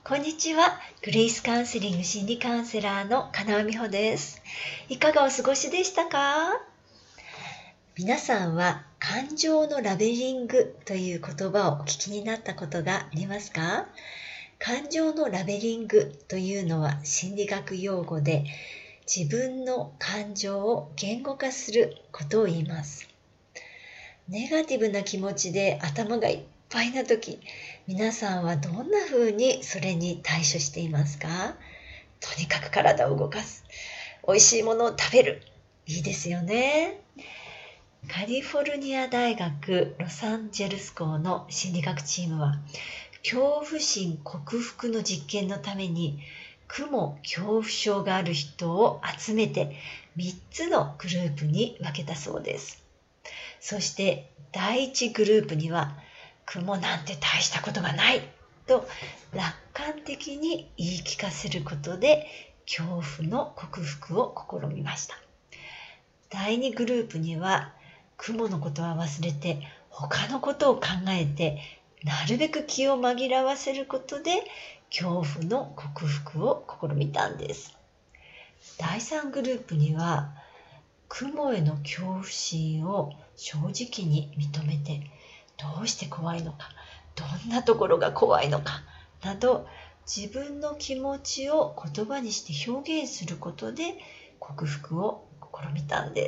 こんにちは。グレイスカウンセリング心理カウンセラーの金尾美穂です。いかがお過ごしでしたか？皆さんは感情のラベリングという言葉をお聞きになったことがありますか？感情のラベリングというのは心理学用語で、自分の感情を言語化することを言います。ネガティブな気持ちで頭がいっぱいな時、皆さんはどんな風にそれに対処していますか？とにかく体を動かす。美味しいものを食べる。いいですよね。カリフォルニア大学ロサンゼルス校の心理学チームは、恐怖心克服の実験のために、雲恐怖症がある人を集めて3つのグループに分けたそうです。そして第1グループには、雲なんて大したことがないと楽観的に言い聞かせることで恐怖の克服を試みました。第2グループには、雲のことは忘れて他のことを考えてなるべく気を紛らわせることで恐怖の克服を試みたんです。第3グループには、雲への恐怖心を正直に認めて、どうして怖いのか、どんなところが怖いのかなど、自分の気持ちを言葉にして表現することで克服を試みたんです。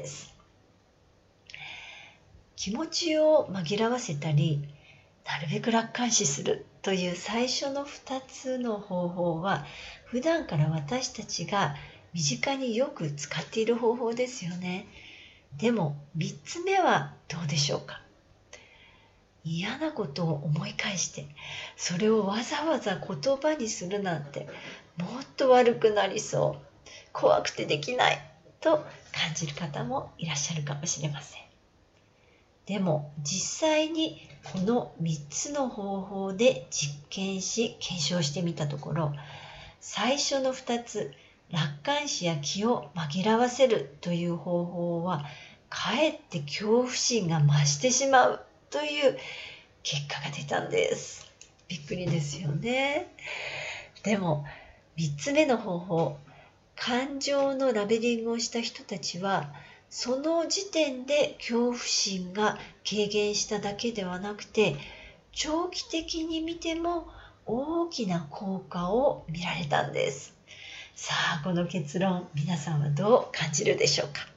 気持ちを紛らわせたり、なるべく楽観視するという最初の2つの方法は、普段から私たちが身近によく使っている方法ですよね。でも3つ目はどうでしょうか？嫌なことを思い返して、それをわざわざ言葉にするなんて、もっと悪くなりそう、怖くてできないと感じる方もいらっしゃるかもしれません。でも実際にこの3つの方法で実験し検証してみたところ、最初の2つ、楽観視や気を紛らわせるという方法は、かえって恐怖心が増してしまうという結果が出たんです。びっくりですよね。でも3つ目の方法、感情のラベリングをした人たちは、その時点で恐怖心が軽減しただけではなくて、長期的に見ても大きな効果を見られたんです。さあ、この結論、皆さんはどう感じるでしょうか？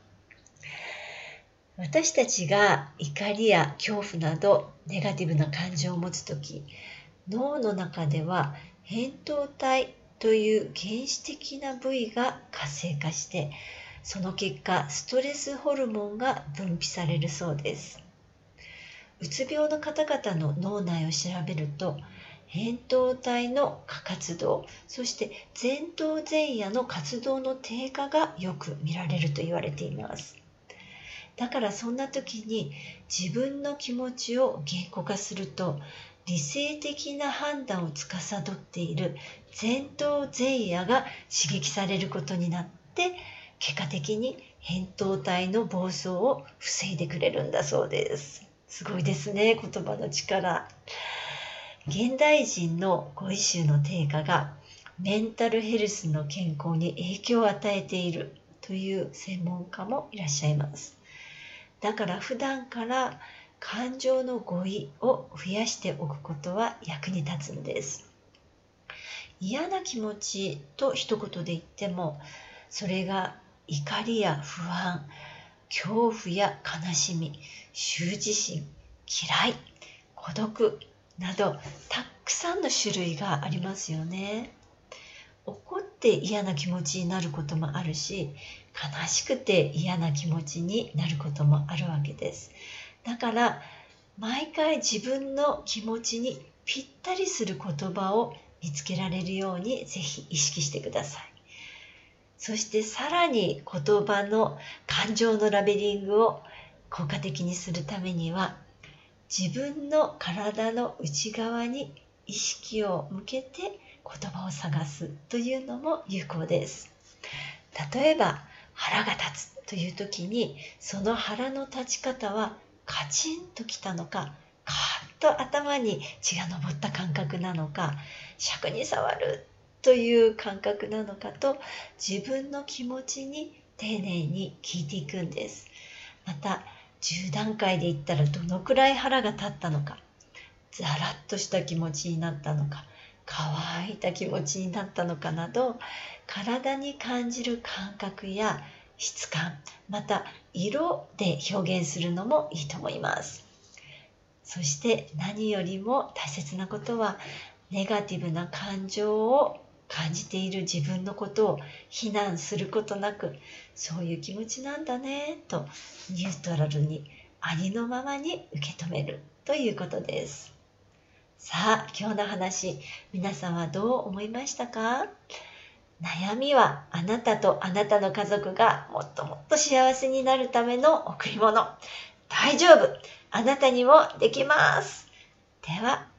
私たちが怒りや恐怖などネガティブな感情を持つとき、脳の中では扁桃体という原始的な部位が活性化して、その結果ストレスホルモンが分泌されるそうです。うつ病の方々の脳内を調べると、扁桃体の過活動、そして前頭前野の活動の低下がよく見られると言われています。だからそんな時に自分の気持ちを言語化すると、理性的な判断を司っている前頭前野が刺激されることになって、結果的に扁桃体の暴走を防いでくれるんだそうです。すごいですね、言葉の力。現代人の語彙集の低下がメンタルヘルスの健康に影響を与えているという専門家もいらっしゃいます。だから普段から感情の語彙を増やしておくことは役に立つんです。嫌な気持ちと一言で言っても、それが怒りや不安、恐怖や悲しみ、羞恥心、嫌い、孤独など、たくさんの種類がありますよね。怒って嫌な気持ちになることもあるし、悲しくて嫌な気持ちになることもあるわけです。だから毎回自分の気持ちにぴったりする言葉を見つけられるようにぜひ意識してください。そしてさらに言葉の感情のラベリングを効果的にするためには、自分の体の内側に意識を向けて言葉を探すというのも有効です。例えば腹が立つという時に、その腹の立ち方はカチンときたのか、カーッと頭に血が上った感覚なのか、尺に触るという感覚なのかと、自分の気持ちに丁寧に聞いていくんです。また、10段階で言ったらどのくらい腹が立ったのか、ザラッとした気持ちになったのか、乾いた気持ちになったのかなど、体に感じる感覚や質感、また色で表現するのもいいと思います。そして何よりも大切なことは、ネガティブな感情を感じている自分のことを非難することなく、そういう気持ちなんだねとニュートラルにありのままに受け止めるということです。さあ、今日の話、皆さんはどう思いましたか？悩みはあなたとあなたの家族がもっともっと幸せになるための贈り物。大丈夫。あなたにもできます。では、